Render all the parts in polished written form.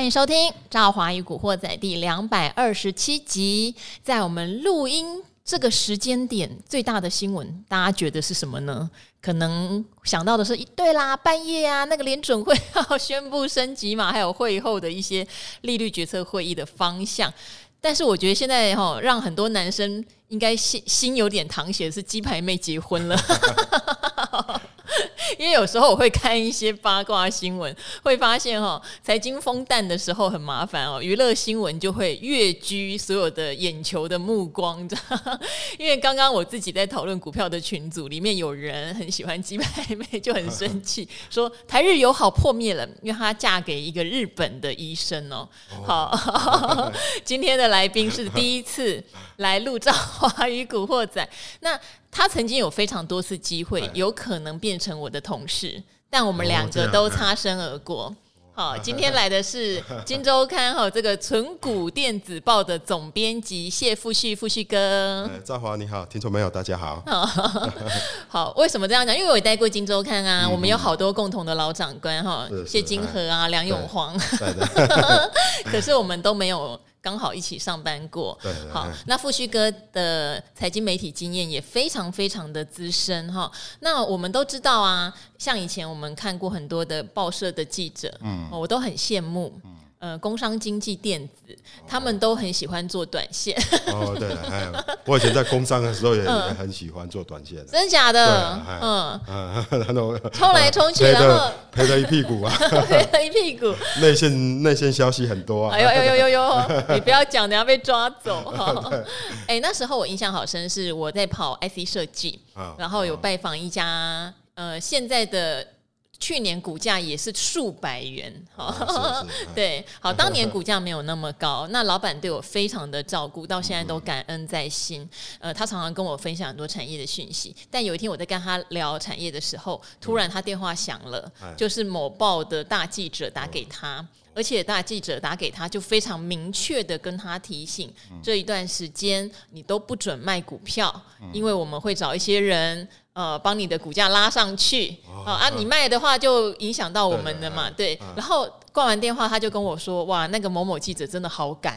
欢迎收听《赵华与古惑仔》第227集。在我们录音这个时间点，最大的新闻，大家觉得是什么呢？可能想到的是，对啦，半夜啊，那个联准会要宣布升级嘛，还有会后的一些利率决策会议的方向。但是我觉得现在让很多男生应该心有点淌血，是鸡排妹结婚了。因为有时候我会看一些八卦新闻，会发现财经风淡的时候很麻烦娱乐新闻就会跃居所有的眼球的目光。因为刚刚我自己在讨论股票的群组里面，有人很喜欢鸡排妹，就很生气，说台日友好破灭了，因为她嫁给一个日本的医生好，今天的来宾是第一次来录《赵华与古惑仔》，那他曾经有非常多次机会有可能变成我的同事，但我们两个都擦身而过。好，今天来的是《今周刊》这个存股电子报的总编辑谢富旭，富旭哥。 赵华你好，听众朋友大家好。 好，为什么这样讲？因为我也待过《今周刊》啊，我们有好多共同的老长官谢金河啊、梁永煌，可是我们都没有刚好一起上班过。好，那富旭哥的财经媒体经验也非常非常的资深那我们都知道啊，像以前我们看过很多的报社的记者，我都很羡慕。工商经济电子，他们都很喜欢做短线。 对了，我以前在工商的时候也很喜欢做短线。 真的假的？冲来冲去，然后赔了一屁股啊， 赔了一屁股。 内线消息很多啊。 哎呦，你不要讲，等下被抓走。那时候我印象好深，是我在跑 IC 设计，然后有拜访一家现在的。去年股价也是数百元，对，好，当年股价没有那么高，那老板对我非常的照顾，到现在都感恩在心。他常常跟我分享很多产业的讯息，但有一天我在跟他聊产业的时候，突然他电话响了，就是某报的大记者打给他。而且大记者打给他，就非常明确的跟他提醒，这一段时间你都不准卖股票，因为我们会找一些人帮你的股价拉上去你卖的话就影响到我们的嘛，对。然后挂完电话他就跟我说，哇，那个某某记者真的好敢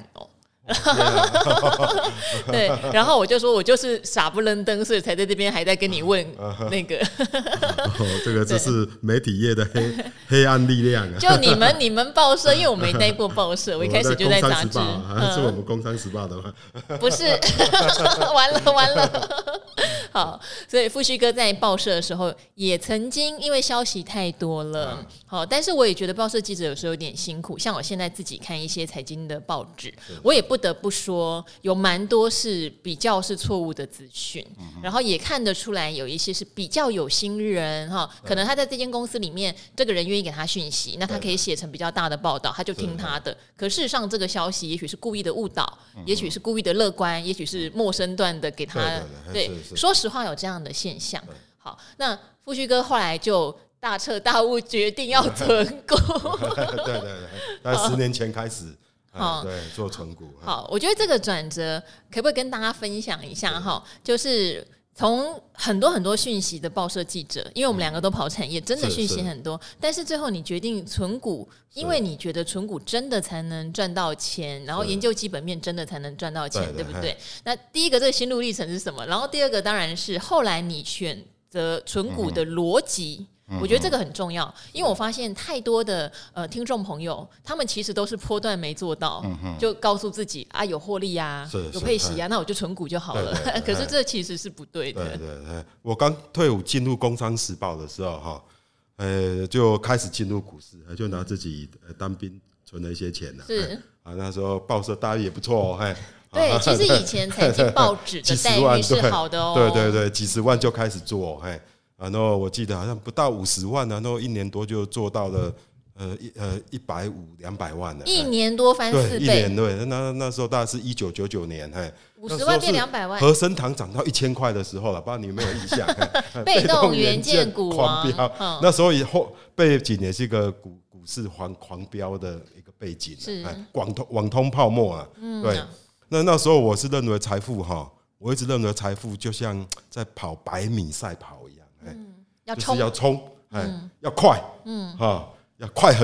对，然后我就说，我就是傻不愣登，所以才在这边还在跟你问那个。 这是媒体业的黑暗力量啊！ 就你们报社，因为我没待过报社，我一开始就在杂志， 是我们工商时报的吗？ 不是，完了。好，所以富旭哥在报社的时候，也曾经因为消息太多了，好，但是我也觉得报社记者有时候有点辛苦。像我现在自己看一些财经的报纸，我也不得不说，有蛮多是比较是错误的资讯，然后也看得出来有一些是比较有心人可能他在这间公司里面，这个人愿意给他讯息，那他可以写成比较大的报道，他就听他的。可事实上，这个消息也许是故意的误导，也许是故意的乐观，也许是末身段的给他。对，说实话有这样的现象。好，那富旭哥后来就大彻大悟，决定要存股。 对，在10年前开始。对，做存股。 好，我觉得这个转折可不可以跟大家分享一下就是从很多讯息的报社记者，因为我们两个都跑产业，真的讯息很多，但是最后你决定存股，因为你觉得存股真的才能赚到钱，然后研究基本面真的才能赚到钱，对不对？那第一个这个心路历程是什么？然后第二个当然是后来你选择存股的逻辑。我觉得这个很重要，因为我发现太多的听众朋友，他们其实都是波段没做到，就告诉自己有获利啊，有配息啊，那我就存股就好了。可是这其实是不对的。 对，我刚退伍进入《工商时报》的时候就开始进入股市，就拿自己当兵存了一些钱是那时候报社待遇也不错对，其实以前财经报纸的待遇是好的对，几十万就开始做然后我记得好像不到50万，然后1年多就做到了150、200万了。 1年多翻4倍。 1年对，那时候大概是1999年 50万变200万。 和生堂涨到1000块的时候了，不知道你有没有印象？ 被动元件股狂飙，那时候以后背景也是一个股市狂飙的一个背景，网通泡沫对。那时候我是认为财富我一直认为财富就像在跑100米赛跑一样。 要就是要冲要快要快很准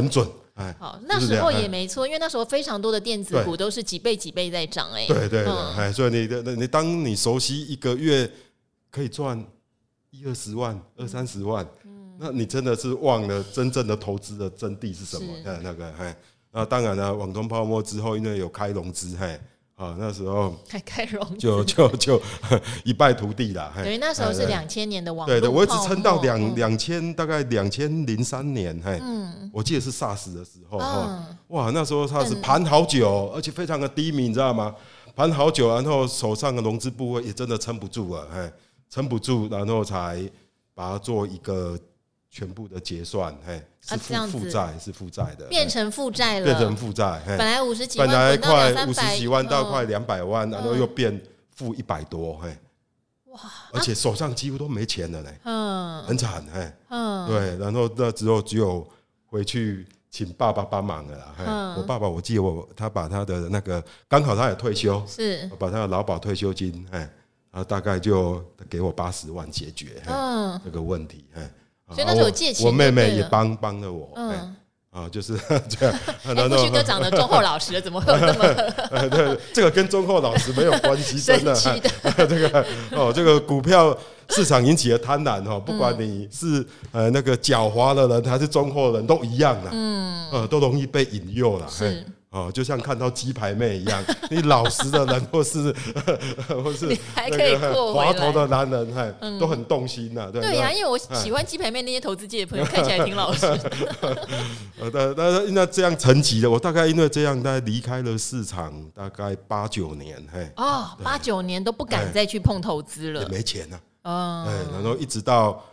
好，那时候也没错，因为那时候非常多的电子股都是几倍几倍在涨， 对，所以你当你熟悉一个月可以赚20-20万、20-30万，那你真的是忘了真正的投资的真谛是什么？那个，那当然了，网通泡沫之后，因为有开融资，那时候开融资就一败涂地啦。 等于那时候是2000年的网络泡沫。 对，我一直撑到大概2003年，我记得是 SARS 的时候，哇，那时候它是盘好久，而且非常的低迷，你知道吗？盘好久，然后手上的融资部位也真的撑不住了，撑不住，然后才把它做一个全部的结算，是负债，是负债的， 变成负债了， 变成负债。 本来50几万， 本来快50几万到快200万，然后又变负100多，哇！而且手上几乎都没钱了呢，很惨，对。然后那之后只有回去请爸爸帮忙了啦。我爸爸，我记得他把他的那个刚好他也退休， 是把他的劳保退休金，大概就给我80万解决这个问题， 所以那时候有借钱， 我妹妹也帮了我，就是这样。 富旭哥长得忠厚老实的，怎么会有这么？ 对，这个跟忠厚老实没有关系，真的。这个股票市场引起的贪婪，不管你是那个狡猾的人还是忠厚的人，都一样啦，都容易被引诱啦。就像看到鸡排妹一样，你老实的人或是你还可以过滑头的男人，都很动心呐。 对呀，因为我喜欢鸡排妹那些投资界的朋友，看起来挺老实的。 那这样沉寂的，我大概因为这样，大概离开了市场大概8-9年。 8-9年都不敢再去碰投资了， 也没钱啊。然后一直到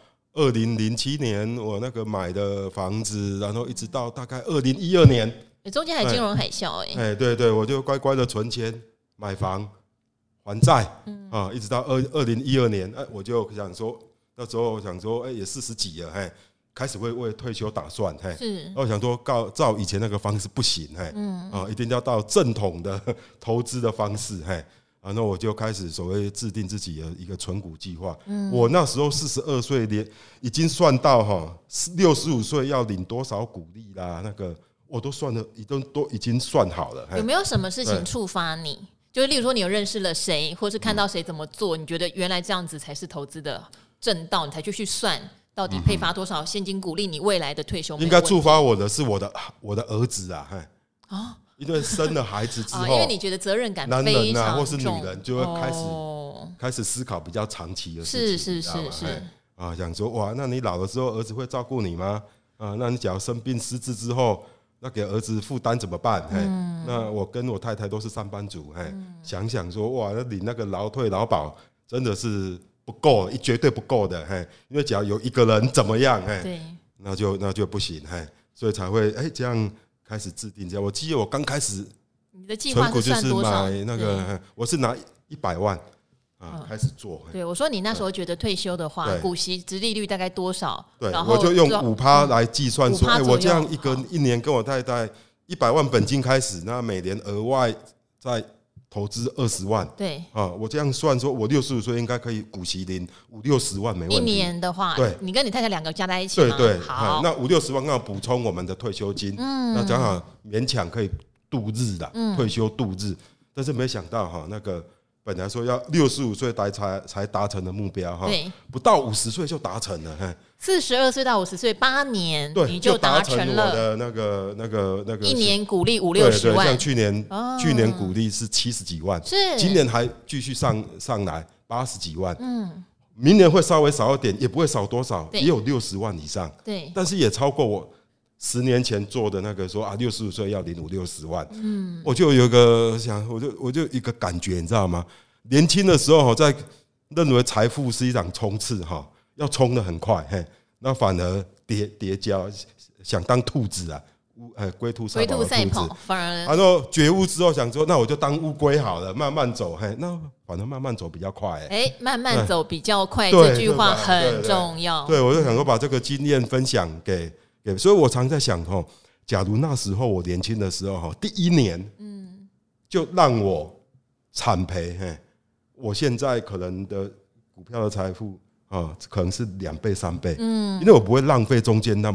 2007年，我那个买的房子，然后一直到大概2012年。 中间还有金融海啸， 对，我就乖乖的存钱买房还债，一直到2012年，我就想说，那时候想说，也40几了，开始为退休打算，我想说照以前那个方式不行，一定要到正统的投资的方式，然后我就开始所谓制定自己的一个存股计划。我那时候42岁，已经算到65岁要领多少股利啦，那个。我都算了，都已经算好了。 有没有什么事情触发你？就是例如说，你有认识了谁，或是看到谁怎么做，你觉得原来这样子才是投资的正道，你才去算到底配发多少现金股利，你未来的退休。 应该触发我的是我的儿子啊，因为生了孩子之后， 因为你觉得责任感男人啊或是女人就会开始思考比较长期的事情，是想说哇，那你老了之后，儿子会照顾你吗？那你假如生病失智之后。那给儿子负担怎么办？那我跟我太太都是上班族，想想说哇，那领那个劳退劳保真的是不够，绝对不够的，因为只要有一个人怎么样， 对， 那就不行，所以才会这样开始制定这样。我记得我刚开始， 你的计划是算多少？ 买那个，我是拿100万。开始做。 对，我说你那时候觉得退休的话，股息殖利率大概多少？ 对， 然后我就用5%来计算说，我这样一年跟我太太100万本金开始，那每年额外再投资20万。 对， 我这样算说，我65岁应该可以股息领50-60万没问题。 一年的话，对，你跟你太太两个加在一起， 对， 好， 那50-60万刚好补充我们的退休金，那正好勉强可以度日啦，退休度日。但是没想到那个。本来说要65岁才达成的目标，不到50岁就达成了。 42岁到50岁8年，你就达成了我的那个一年股利50-60万。 像去年股利是70几万，今年还继续上来80几万。明年会稍微少一点，也不会少多少，也有60万以上。 对， 但是也超过我10年前做的那个说65岁要领50-60万，我就有一个我就一个感觉，你知道吗？年轻的时候在认为财富是一场冲刺要冲得很快，那反而跌跤，想当兔子啊，龟兔赛跑， 反而然后觉悟之后想说，那我就当乌龟好了，慢慢走，那反正慢慢走比较快， 慢慢走比较快，这句话很重要。 对，我就想说把这个经验分享给。所以我常在想假如那时候我年轻的时候第1年就让我惨赔，我现在可能的股票的财富可能是2倍3倍，因为我不会浪费中间那么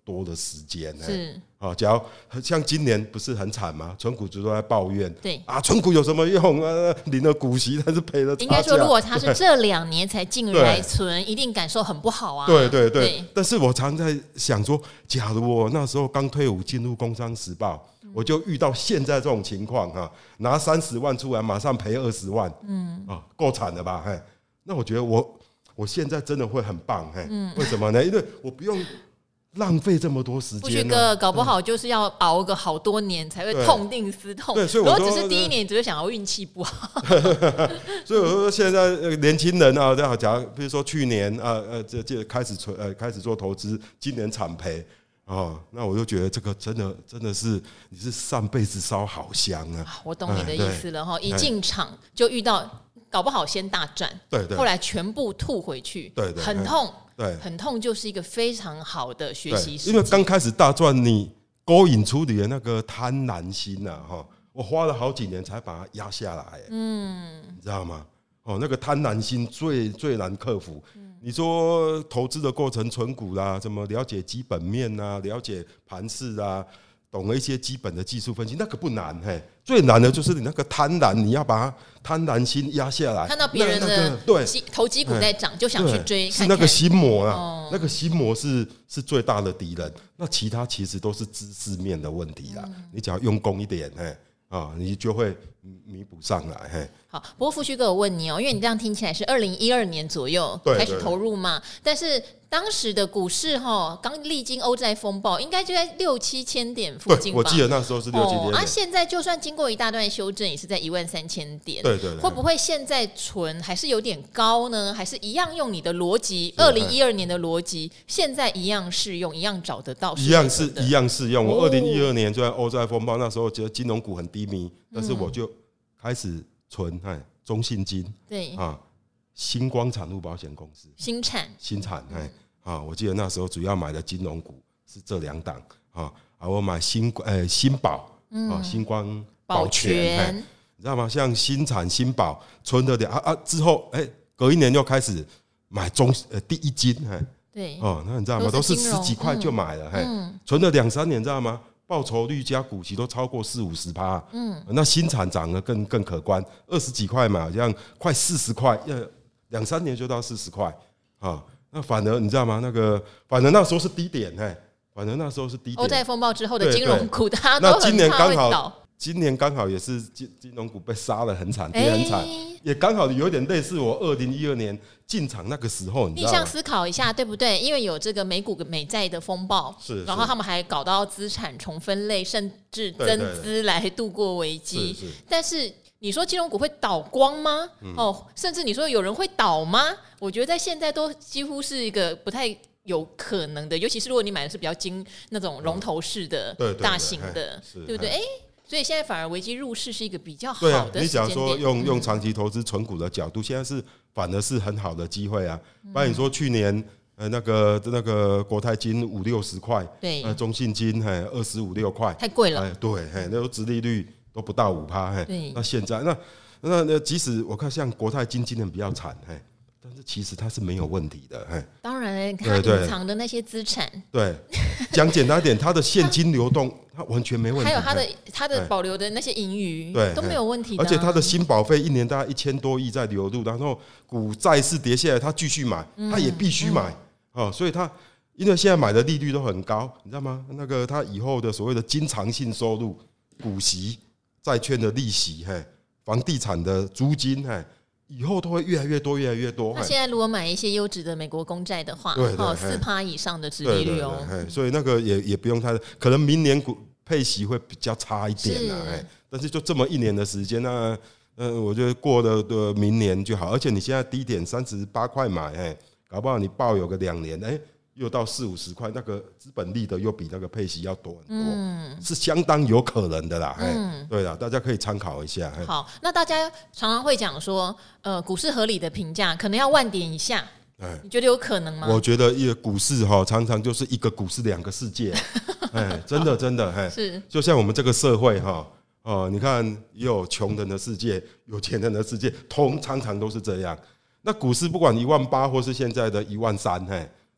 多的时间。 是假如像今年不是很惨吗？存股族都在抱怨， 对啊，存股有什么用啊？领了股息，但是赔了差价。 应该说，如果他是这2年才进来存，一定感受很不好啊。 对。但是我常在想说，假如我那时候刚退伍进入《工商时报》，我就遇到现在这种情况拿30万出来，马上赔20万，够惨了吧？那我觉得我现在真的会很棒，为什么呢？因为我不用浪费这么多时间。 富旭哥搞不好就是要熬个好多年才会痛定思痛。 对，所以如果只是第1年，只是想要运气不好。 所以我说现在年轻人啊，假如比如说去年这开始做投资，今年惨赔。那我就觉得这个真的是你是上辈子烧好香啊！ 我懂你的意思了哈，一进场就遇到，搞不好先大赚， 对， 后来全部吐回去， 对， 很痛， 对， 很痛，就是一个非常好的学习时机。 因为刚开始大赚，你勾引出你的那个贪婪心我花了好几年才把它压下来，你知道吗？那个贪婪心最难克服。你说投资的过程，存股啦，怎么了解基本面啊，了解盘势啊，懂了一些基本的技术分析，那个不难，最难的就是你那个贪婪，你要把贪婪心压下来。 看到别人的投机股在涨，就想去追， 是那个心魔啊，那个心魔是最大的敌人。那其他其实都是知识面的问题啦，你只要用功一点，你就会弥补上来。 好，不过富旭哥，我问你因为你这样听起来是2012年左右开始投入嘛，但是当时的股市刚历经欧债风暴，应该就在6-7千点附近吧？ 我记得那时候是6-7千点。 现在就算经过一大段修正，也是在13000点。 对， 会不会现在存还是有点高呢？还是一样用你的逻辑，2012年的逻辑，现在一样适用，一样找得到？ 一样适用。我2012年就在欧债风暴那时候，觉得金融股很低迷，但是我就开始存中信金， 对星光产物保险公司， 新产， 我记得那时候主要买的金融股是这2档我买新保星光保全，你知道吗？像新产、新保存了之后，隔1年又开始买第一金， 对那你知道吗？都是10几块就买了，存了2-3年，知道吗？报酬率加股息都超过40-50%，那新产涨得更可观，20几块嘛，好像快40块，2-3年就到40块那反而你知道吗？反正那时候是低点，欧债风暴之后的金融股，大家都很怕会倒。 今年刚好也是金融股被杀得很惨，跌很惨，也刚好有点类似我2012年进场那个时候，你知道吗？ 逆向思考一下，对不对？因为有这个美股美债的风暴，然后他们还搞到资产重分类，甚至增资来度过危机。但是你说金融股会倒光吗？甚至你说有人会倒吗？我觉得在现在都几乎是一个不太有可能的，尤其是如果你买的是比较那种龙头式的大型的，对不对？所以现在反而危机入市是一个比较好的时间点。 你假如说用长期投资存股的角度，现在反而是很好的机会啊。不然你说去年那个国泰金50-60块， 对， 中信金25-26块， 太贵了。 对，那殖利率都不到5%。 对， 那现在那即使我看像国泰金今年比较惨，但是其实它是没有问题的。 当然，它隐藏的那些资产， 对，讲简单一点，它的现金流动它完全没问题， 还有它的保留的那些盈余，对，都没有问题的。 而且它的新保费1年大概1000多亿在流入，然后股债市跌下来，它继续买，它也必须买所以它因为现在买的利率都很高，你知道吗？它以后的所谓的经常性收入、股息、债券的利息、房地产的租金，以后都会越来越多，越来越多。 那现在如果买一些优质的美国公债的话，4%以上的殖利率所以那个也不用太，可能明年股配息会比较差一点但是就这么1年的时间，我觉得过了的明年就好。而且你现在低点38块买，搞不好你抱有个2年，又到40-50块，那个资本利得又比那个配息要多很多，是相当有可能的啦。对啦，大家可以参考一下。 好，那大家常常会讲说，股市合理的评价可能要10000点以下，你觉得有可能吗？ 我觉得一个股市常常就是一个股市2个世界，真的， 是就像我们这个社会你看也有穷人的世界，有钱人的世界，常常都是这样。那股市不管18000或是现在的13000，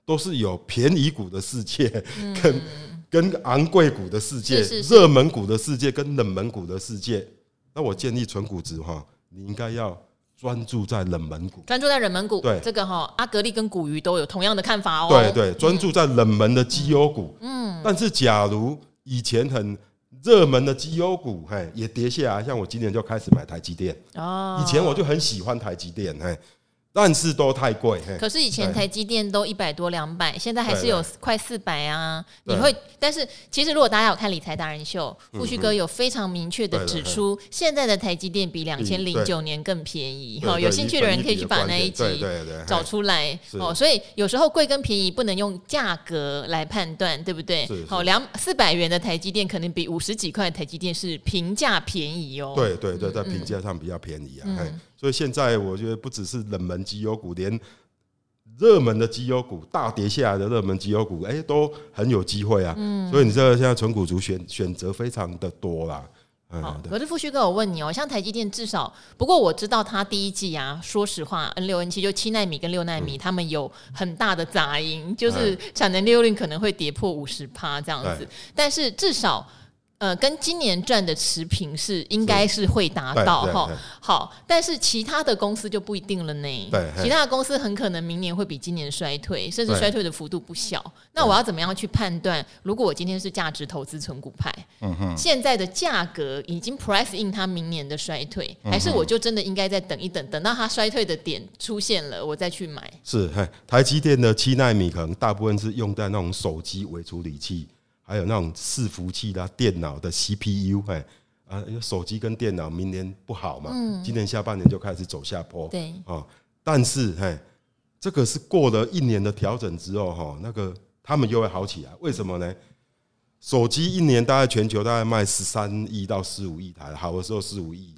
都是有便宜股的世界跟昂贵股的世界，热门股的世界跟冷门股的世界。那我建议存股值你应该要专注在冷门股， 对，这个阿格力跟股鱼都有同样的看法哦。 对，专注在冷门的绩优股。但是假如以前很热门的绩优股也跌下来，像我今年就开始买台积电。以前我就很喜欢台积电，但是都太贵。 可是以前台积电都100多200，现在还是有快400啊。但是其实如果大家有看理财达人秀，富旭哥有非常明确的指出，现在的台积电比2009年更便宜。有兴趣的人可以去把那一集找出来。所以有时候贵跟便宜不能用价格来判断，对不对？400元的台积电可能比50几块的台积电是平价便宜哦。 对，在评价上比较便宜啊。所以现在我觉得不只是冷门绩优股，连热门的绩优股大跌下来的热门绩优股都很有机会啊。所以你这个现在存股族选择非常的多啦。 可是富旭哥，我问你像台积电至少，不过我知道它第一季说实话 N6、N7 就7奈米跟6奈米，他们有很大的杂音，就是产能利用率可能会跌破50%这样子，但是至少跟今年赚的持平应该是会达到好，但是其他的公司就不一定了呢。其他的公司很可能明年会比今年衰退，甚至衰退的幅度不小。那我要怎么样去判断？如果我今天是价值投资存股派，现在的价格已经 price in 它明年的衰退，还是我就真的应该再等一等，等到它衰退的点出现了，我再去买？ 是，台积电的7奈米可能大部分是用在那种手机微处理器。还有那种伺服器啦、电脑的 CPU， 因为手机跟电脑明年不好嘛，今年下半年就开始走下坡。 对， 但是这个是过了1年的调整之后，那个他们又会好起来。为什么呢？手机1年大概全球大概卖13亿到15亿台，好的时候15亿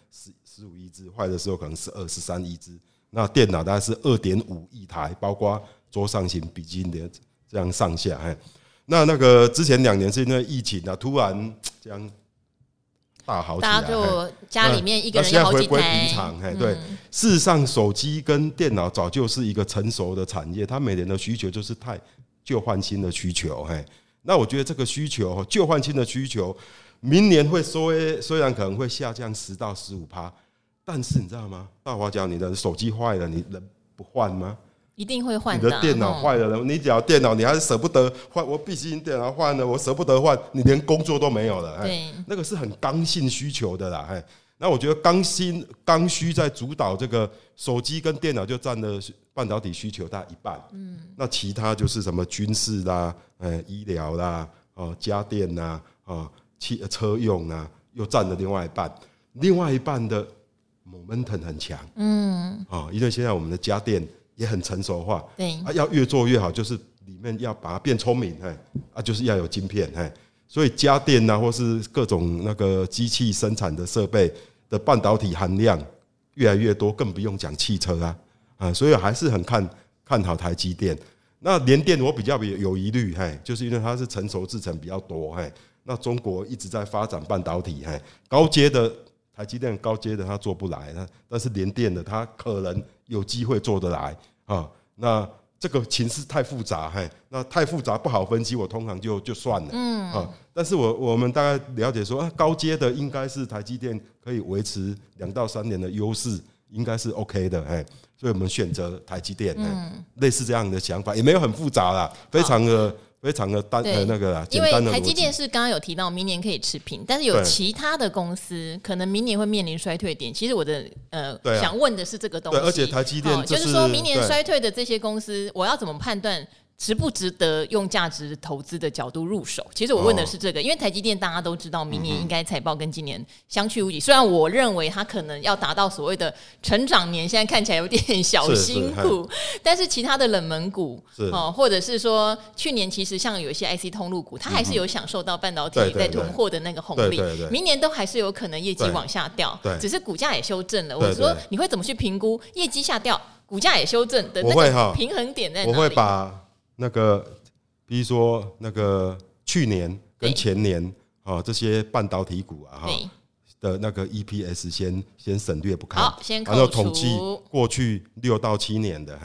15亿只，坏的时候可能是13亿只。那电脑大概是2.5亿台，包括桌上型笔记的这样上下。那个之前2年是因为疫情突然这样大好起来， 大家就家里面一个人要好几台。 现在回归平常，对。事实上，手机跟电脑早就是一个成熟的产业，它每年的需求就是旧换新的需求。那我觉得这个需求旧换新的需求，明年会虽然可能会下降10到15%，但是你知道吗？大华讲你的手机坏了，你人不换吗？ 一定会换的。 你的电脑坏了，你只要电脑你还是舍不得换，我必须电脑换了，我舍不得换，你连工作都没有了。 对， 那个是很刚性需求的啦。那我觉得刚需在主导这个手机跟电脑就占了半导体需求大概一半。那其他就是什么军事啦、医疗啦、家电啦、车用啦，又占了另外一半。另外一半的 momentum 很强。因为现在我们的家电也很成熟化， 对要越做越好，就是里面要把它变聪明，就是要有晶片，所以家电或是各种那个机器生产的设备的半导体含量越来越多，更不用讲汽车所以还是很看好台积电。那联电我比较有疑虑，就是因为它是成熟制程比较多，那中国一直在发展半导体，高阶的台积电高阶的它做不来，但是联电的它可能有机会做得来那这个情势太复杂，那太复杂不好分析，我通常就算了。但是我们大概了解说，高阶的应该是台积电可以维持2到3年的优势，应该是 OK 的，所以我们选择台积电，类似这样的想法也没有很复杂啦，非常的那个啦， 因为台积电是刚刚有提到明年可以持平，但是有其他的公司可能明年会面临衰退点。其实我的想问的是这个东西， 而且台积电就是说明年衰退的这些公司，我要怎么判断值不值得用价值投资的角度入手？其实我问的是这个，因为台积电大家都知道，明年应该财报跟今年相去无几。虽然我认为它可能要达到所谓的成长年，现在看起来有点小辛苦，但是其他的冷门股或者是说去年其实像有一些 IC 通路股，它还是有享受到半导体在囤货的那个红利，明年都还是有可能业绩往下掉，只是股价也修正了。我说你会怎么去评估业绩下掉，股价也修正的那个平衡点在哪里？ 我会把那个，比如说那个去年跟前年这些半导体股的那个 EPS 先省略不看， 先然后统计过去6到7年的，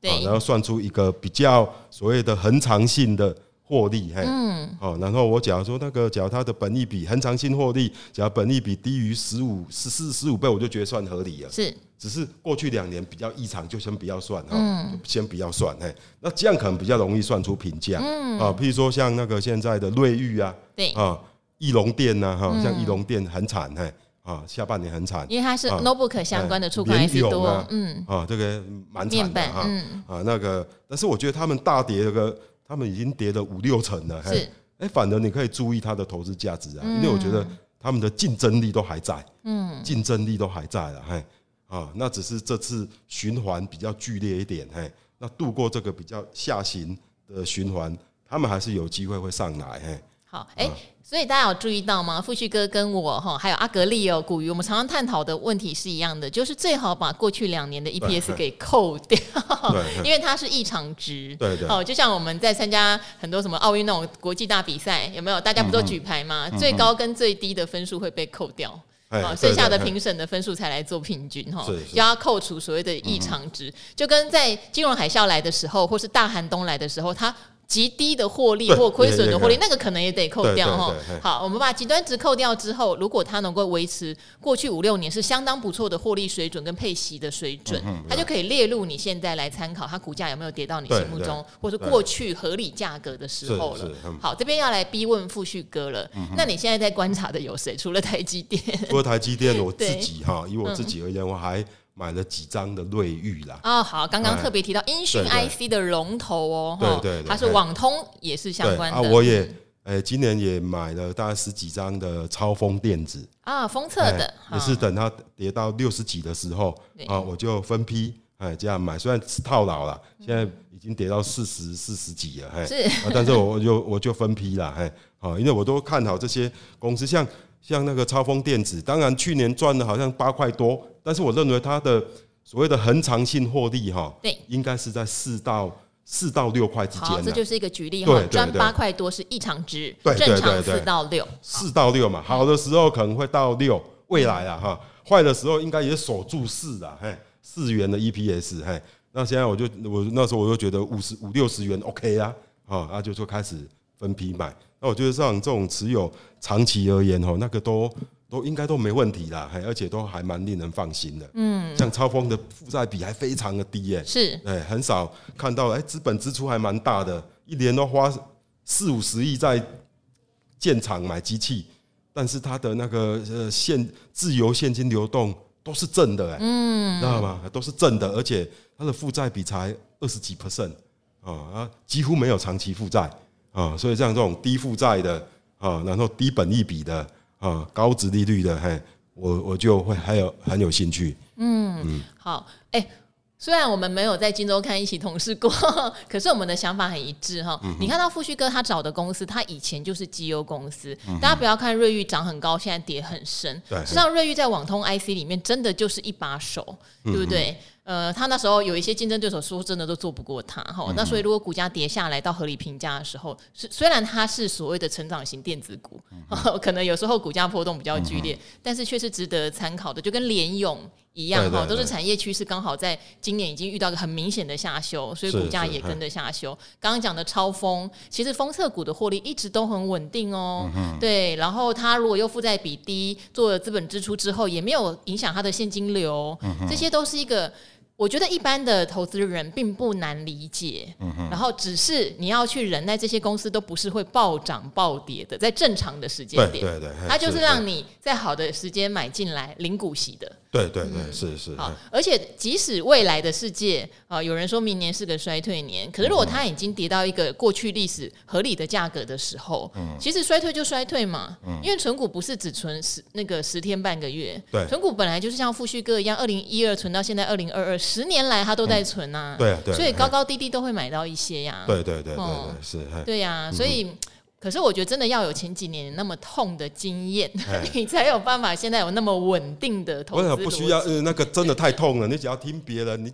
对， 然后算出一个比较所谓的恒常性的获利，然后我假如说假如它的本益比恒常性获利，假如本益比低于15倍，我就觉得算合理了。 是， 只是过去2年比较异常，就先不要算，先不要算，那这样可能比较容易算出评价，譬如说像那个现在的瑞昱啊， 对义隆店呐，像义隆店很惨，下半年很惨， 因为它是 notebook 相关的触控 IC 多， 这个蛮惨的但是我觉得他们大跌他们已经跌了5-6成了， 是， 反而你可以注意它的投资价值啊，因为我觉得他们的竞争力都还在，竞争力都还在了，那只是这次循环比较剧烈一点，那度过这个比较下行的循环，他们还是有机会会上来， 好，所以大家有注意到吗？富旭哥跟我还有阿格力古鱼，我们常常探讨的问题是一样的，就是最好把过去2年的 EPS 给扣掉，因为它是异常值。 对， 就像我们在参加很多什么奥运那种国际大比赛，有没有？大家不都举牌吗？最高跟最低的分数会被扣掉。剩下的评审的分数才来做平均，就要扣除所谓的异常值，就跟在金融海啸来的时候，或是大寒冬来的时候，它极低的获利或亏损的获利，那个可能也得扣掉。好，我们把极端值扣掉之后，如果它能够维持过去5-6年是相当不错的获利水准跟配息的水准，它就可以列入你现在来参考它股价有没有跌到你心目中或是过去合理价格的时候了。好，这边要来逼问富旭哥了，那你现在在观察的有谁？除了台积电？ 除了台积电，我自己以我自己而言，我还买了几张的瑞昱啦。 好，刚刚特别提到音讯 IC 的龙头对， 它是网通也是相关的。 我也今年也买了大概10几张的超丰电子封测的， 也是等它跌到60几的时候我就分批这样买，虽然是套牢了，现在已经跌到40几了， 是， 但是我就分批了，因为我都看好这些公司，像那个超丰电子，当然去年赚了好像8块多，但是我认为它的所谓的恒常性获利对， 应该是在4到6块之间。 好，这就是一个举例赚8块多是异常值， 正常4到6，4 到6嘛，好的时候可能会到6，未来坏的时候应该也守住4啦，4元的 EPS，那现在我那时候我就觉得50-60元 OK 啦，那就开始分批买。那我觉得像这种持有长期而言那个都应该都没问题啦，而且都还蛮令人放心的。像超丰的负债比还非常的低是， 很少看到资本支出还蛮大的，一年都花40-50亿在建厂买机器，但是它的那个自由现金流动都是正的，知道吗？都是正的，而且它的负债比才20几%，几乎没有长期负债。所以像这种低负债的然后低本益比的高殖利率的，我就会很有兴趣。 好，虽然我们没有在金周刊一起同事过，可是我们的想法很一致你看到富旭哥他找的公司，他以前就是绩优公司，大家不要看瑞昱涨很高，现在跌很深。实际上瑞昱在网通 IC 里面真的就是一把手，对不对？他那时候有一些竞争对手，说真的都做不过他那所以如果股价跌下来到合理评价的时候，虽然它是所谓的成长型电子股，可能有时候股价波动比较剧烈，但是却是值得参考的，就跟联咏一样都是产业趋势刚好在今年已经遇到一个很明显的下修，所以股价也跟着下修。刚刚讲的超丰，其实封测股的获利一直都很稳定对，然后它如果又负债比低，做了资本支出之后，也没有影响它的现金流，这些都是一个我觉得一般的投资人并不难理解，然后只是你要去忍耐，这些公司都不是会暴涨暴跌的，在正常的时间点， 对， 它就是让你在好的时间买进来领股息的。 对，是。 好，而且即使未来的世界有人说明年是个衰退年，可是如果它已经跌到一个过去历史合理的价格的时候，其实衰退就衰退嘛，因为存股不是只存10天半个月，存股本来就是像富旭哥一样，2012存到现在2022，10年来他都在存啊， 对， 所以高高低低都会买到一些呀， 对，是， 对呀，所以。可是我觉得真的要有前几年那么痛的经验，你才有办法现在有那么稳定的投资逻辑。 不需要那个真的太痛了，你只要听别人，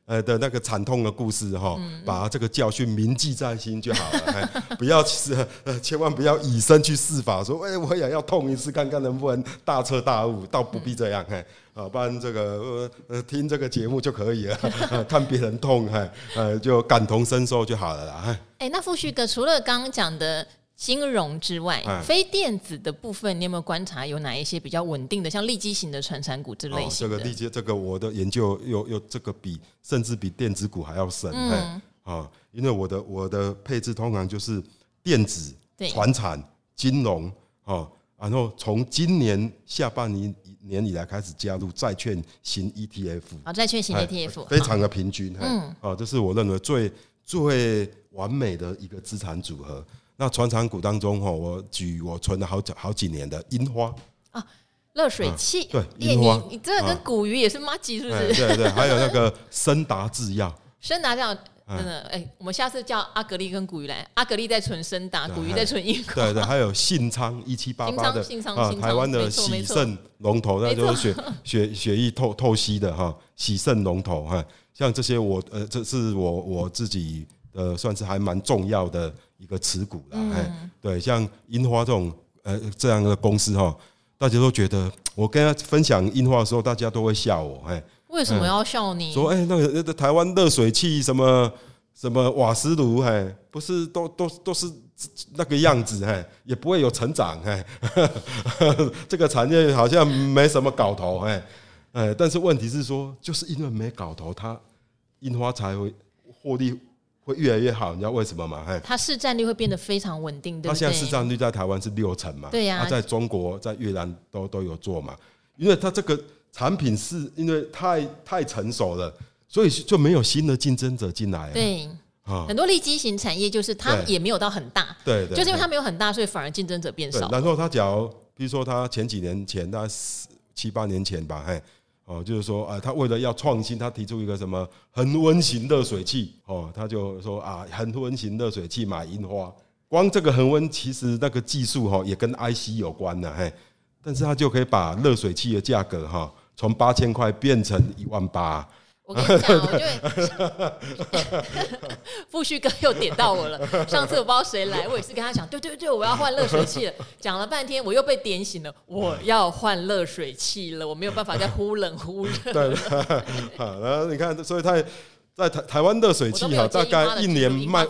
的那个惨痛的故事哈，把这个教训铭记在心就好了，不要千万不要以身去试法，说我也要痛一次看看能不能大彻大悟，倒不必这样，不然这个听这个节目就可以了，看别人痛就感同身受就好了啦。 那富旭哥，除了刚刚讲的金融之外，非电子的部分，你有没有观察有哪一些比较稳定的，像利基型的传产股这类型的？ 这个我的研究又这个甚至比电子股还要深，因为我的配置通常就是电子、传产、金融，然后从今年下半年以来开始加入债券型 ETF， 债券型 ETF 非常的平均，这是我认为最完美的一个资产组合。那传产股当中，我存了好几年的樱花热水器， 对，樱花， 你这跟股鱼也是麻吉是不是？ 对，还有那个森达制药， 森达这样。真的，我们下次叫阿格力跟股鱼来，阿格力在存森达，股鱼在存樱花。对， 还有信昌1788的信昌台湾的喜盛龙头，那就是血液透析的喜盛龙头像这些这是我自己算是还蛮重要的一个持股啦。对，像樱花这样的公司大家都觉得，我跟他分享樱花的时候，大家都会笑我。 为什么要笑你？ 说那个台湾热水器什么瓦斯炉，不是都是那个样子，也不会有成长，这个产业好像没什么搞头，但是问题是说，就是因为没搞头，它樱花才会获利会越来越好，你知道为什么吗？ 它市占率会变得非常稳定，对不对？ 它现在市占率在台湾是60%嘛， 对呀， 它在中国、在越南都有做嘛，因为它这个产品是因为太成熟了，所以就没有新的竞争者进来。 对，很多利基型产业就是它也没有到很大， 对， 就是因为它没有很大，所以反而竞争者变少。 然后它假如比如说它前几年前，大概7、8年前吧，就是说他为了要创新，他提出一个什么恒温型热水器，他就说恒温型热水器买樱花。光这个恒温其实那个技术也跟 IC 有关的，但是他就可以把热水器的价格从8000块变成18000。 我跟你讲，我就富旭哥又点到我了。上次我不知道谁来，我也是跟他讲，对，我要换热水器了。讲了半天，我又被点醒了，我要换热水器了，我没有办法再忽冷忽热。 对，然后你看，所以他在台湾热水器大概一年卖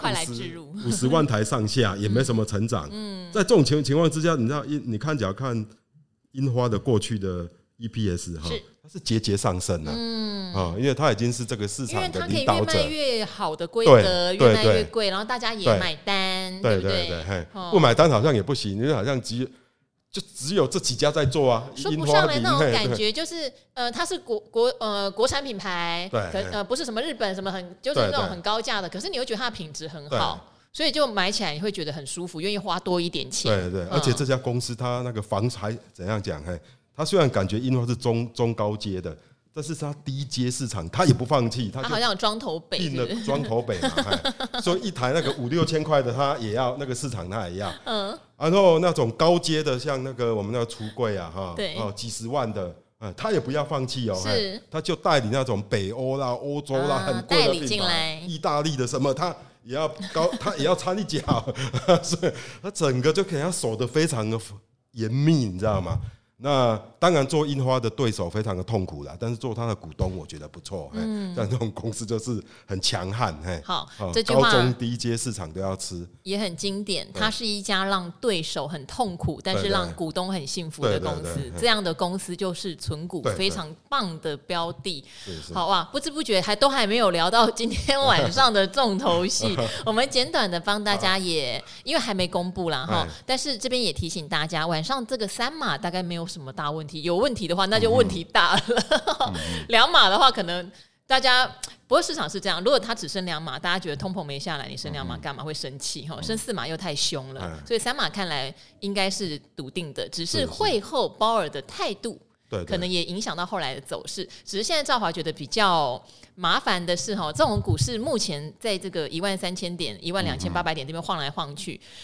50万台上下，也没什么成长。在这种情况之下，你知道，你看樱花的过去的 EPS 它是节上升的，因为它已经是这个市场的领导者， 因为它可以越卖越好的规格，越卖越贵，然后大家也买单，对不对？ 不买单好像也不行，因为好像只有这几家在做啊， 说不上来那种感觉，就是它是国产品牌，不是什么日本什么就是那种很高价的，可是你会觉得它的品质很好。所以就买起来你会觉得很舒服，愿意花多一点钱。 对，而且这家公司它那个房还怎样讲？它虽然感觉樱花是中高阶的，但是它低阶市场它也不放弃，它好像有庄头北， 定了庄头北嘛，所以一台那个5、6千块的它也要，那个市场它也要。然后那种高阶的，像那个我们那个橱柜几十万的。他也不要放弃他就代理那种北欧啦、欧洲啦很贵的品牌，意大利的什么，他也要掺一脚，所以他整个就给他守得非常的严密，你知道吗？那当然做樱花的对手非常的痛苦啦，但是做他的股东我觉得不错。像这种公司就是很强悍。 好，这句话高中低阶市场都要吃， 也很经典。它是一家让对手很痛苦，但是让股东很幸福的公司。这样的公司就是存股非常棒的标的。好哇，不知不觉都还没有聊到今天晚上的重头戏。我们简短的帮大家也因为还没公布啦哈，但是这边也提醒大家，晚上这个3码大概没有什么大问题，有问题的话那就问题大了。2码的话可能大家，不过市场是这样，如果它只升2码，大家觉得通膨没下来，你升2码干嘛会生气？升4码又太凶了，所以3码看来应该是笃定的，只是会后鲍尔的态度可能也影响到后来的走势。只是现在兆华觉得比较麻烦的是，这种股市目前在这个13000点、12800点这边晃来晃去。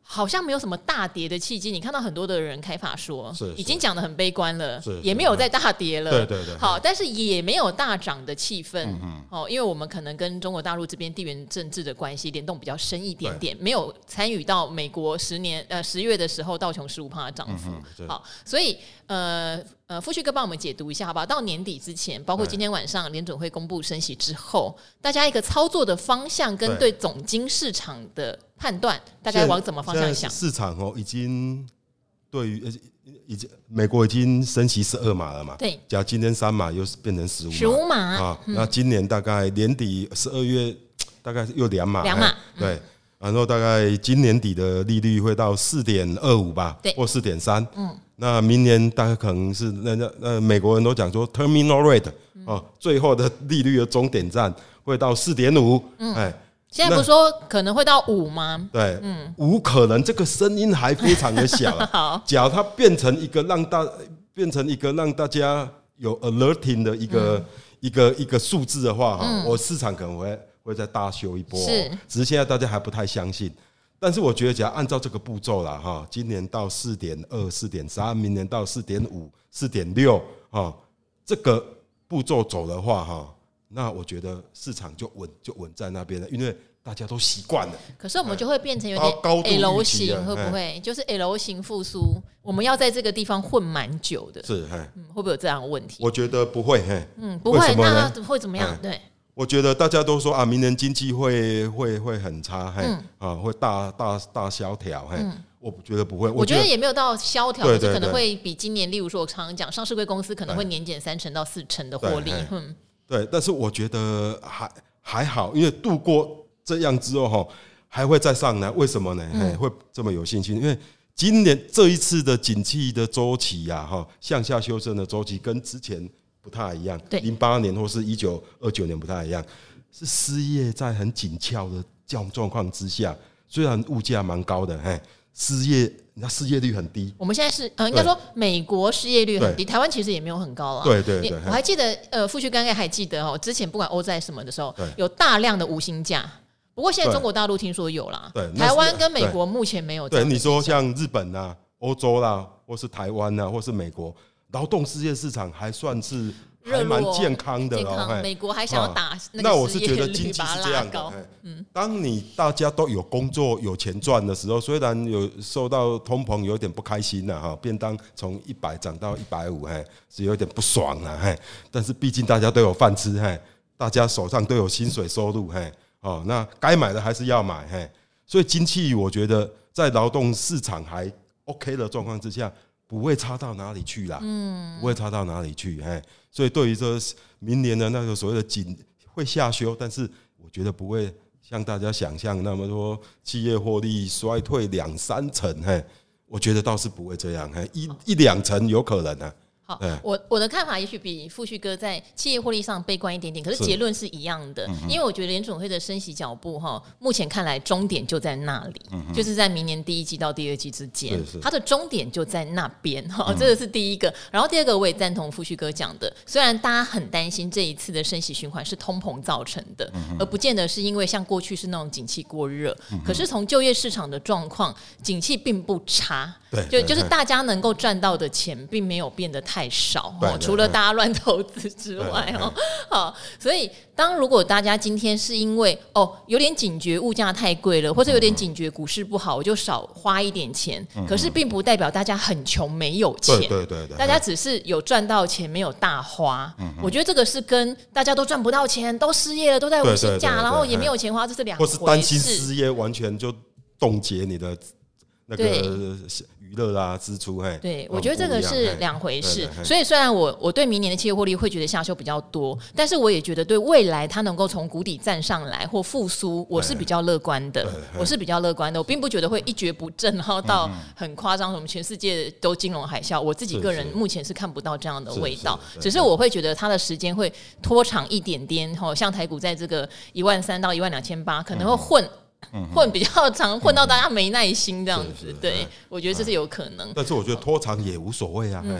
好像没有什么大跌的契机。你看到很多的人开法说已经讲得很悲观了，也没有再大跌了， 对， 好，但是也没有大涨的气氛，因为我们可能跟中国大陆这边地缘政治的关系联动比较深一点点，没有参与到美国10月的时候道琼15%的涨幅，好，所以富旭哥帮我们解读一下好不好？到年底之前，包括今天晚上联准会公布升息之后，大家一个操作的方向跟对总经市场的判断，大概往怎么方向想？ 市场已经对于美国已经升息12码了嘛？ 对， 假如今天3码又变成15码啊，那今年大概年底12月大概又2码，对。然后大概今年底的利率会到 4.25 吧，或 4.3，那明年大概可能是美国人都讲说 terminal rate，最后的利率的终点站会到 4.5， 现在不是说可能会到5吗？ 对，5可能这个声音还非常的小好，假如它变成一个让大家有 alerting 的一个数字的话，我市场可能会再大修一波，只是现在大家还不太相信。但是我觉得只要按照这个步骤啦，今年到 4.2 4.3， 明年到 4.5 4.6， 这个步骤走的话，那我觉得市场就稳在那边了，因为大家都习惯了。 可是我们就会变成有点 L 型，会不会就是 L 型复苏？我们要在这个地方混蛮久的， 是， 会不会有这样的问题？ 我觉得不会， 不会，那会怎么样？对。 我觉得大家都说明年经济会很差，会大萧条，我觉得不会。 我觉得也没有到萧条，可是可能会比今年，例如说我常常讲，上市柜公司可能会年减3%到4%的获利。 对，但是我觉得还好，因为度过这样之后，还会再上来。为什么呢？会这么有信心？因为今年这一次的景气的周期向下修正的周期跟之前不太一样，08年或是1929年不太一样，是失业在很紧俏的状况之下，虽然物价蛮高的，失业率很低。 我们现在是应该说美国失业率很低，台湾其实也没有很高啊。 对， 我还记得富旭刚刚还记得之前不管欧债什么的时候，有大量的无薪假。不过现在中国大陆听说有啦，台湾跟美国目前没有。 对，你说像日本啊、欧洲啦，或是台湾啊，或是美国。劳动事业市场还算是还蛮健康的哦。 美国还想要打那我是觉得经济是这样的，当你大家都有工作有钱赚的时候，虽然有受到通膨有点不开心了，便当从100涨到150，是有点不爽了，但是毕竟大家都有饭吃，大家手上都有薪水收入，那该买的还是要买，所以经济我觉得在劳动市场还 OK 的状况之下，不会差到哪里去啦，不会差到哪里去，所以对于这明年的那个所谓的景会下修，但是我觉得不会像大家想象那么多企业获利衰退2-3成，我觉得倒是不会这样，1-2成有可能啊。 好，我的看法也许比富旭哥在企业获利上悲观一点点，可是结论是一样的，因为我觉得联准会的升息脚步目前看来终点就在那里，就是在明年第1季到第2季之间，它的终点就在那边，这个是第一个。然后第二个我也赞同富旭哥讲的，虽然大家很担心这一次的升息循环是通膨造成的，而不见得是因为像过去是那种景气过热，可是从就业市场的状况，景气并不差，就是大家能够赚到的钱并没有变得太少，除了大家乱投资之外，好，所以如果大家今天是因为有点警觉物价太贵了，或者有点警觉股市不好，我就少花一点钱，可是并不代表大家很穷没有钱，对，大家只是有赚到钱没有大花，我觉得这个是跟大家都赚不到钱，都失业了，都在无薪假，然后也没有钱花，这是两回事， 或是担心失业完全就冻结你的那个娱乐啊支出， 对，我觉得这个是两回事。所以虽然我对明年的企业获利会觉得下修比较多，但是我也觉得对未来它能够从谷底站上来或复苏，我是比较乐观的。我并不觉得会一蹶不振，然后到很夸张，什么全世界都金融海啸。我自己个人目前是看不到这样的味道，只是我会觉得它的时间会拖长一点点。像台股在这个13000到12800，可能会混比较长，混到大家没耐心这样子，对，我觉得这是有可能。 但是我觉得拖长也无所谓啊，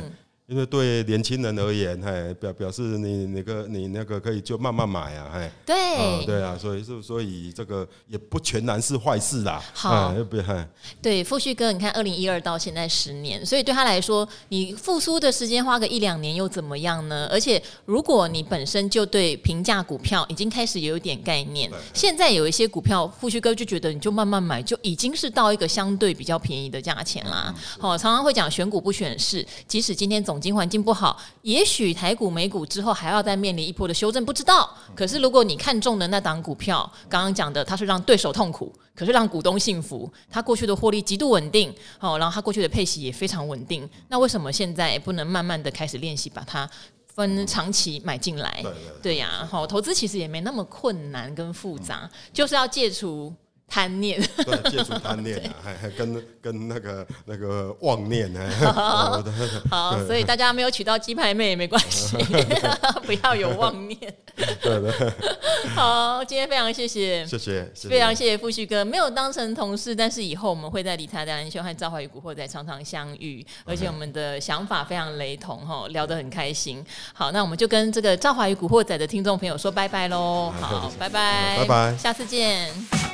因为对年轻人而言，表示你那个可以就慢慢买啊， 对， 对啊，所以这个也不全然是坏事啦。 好，对，富旭哥，你看2012到现在10年，所以对他来说，你复苏的时间花个1-2年又怎么样呢？而且如果你本身就对平价股票已经开始有一点概念，现在有一些股票，富旭哥就觉得你就慢慢买，就已经是到一个相对比较便宜的价钱啦。常常会讲选股不选市，即使今天总经环境不好，也许台股美股之后还要再面临一波的修正，不知道。可是如果你看中的那档股票，刚刚讲的它是让对手痛苦，可是让股东幸福，它过去的获利极度稳定，然后它过去的配息也非常稳定，那为什么现在不能慢慢的开始练习把它分长期买进来？对呀，投资其实也没那么困难跟复杂，就是要戒除贪念， 对，戒除贪念啊，还跟那个妄念好，所以大家没有娶到鸡排妹也没关系，不要有妄念。 对， 好，今天非常谢谢，非常谢谢富旭哥，没有当成同事，但是以后我们会在理财达人秀和赵华与古惑仔常常相遇，而且我们的想法非常雷同，聊得很开心。好，那我们就跟这个赵华与古惑仔的听众朋友说拜拜喽。好，拜拜， 拜拜， 下次见。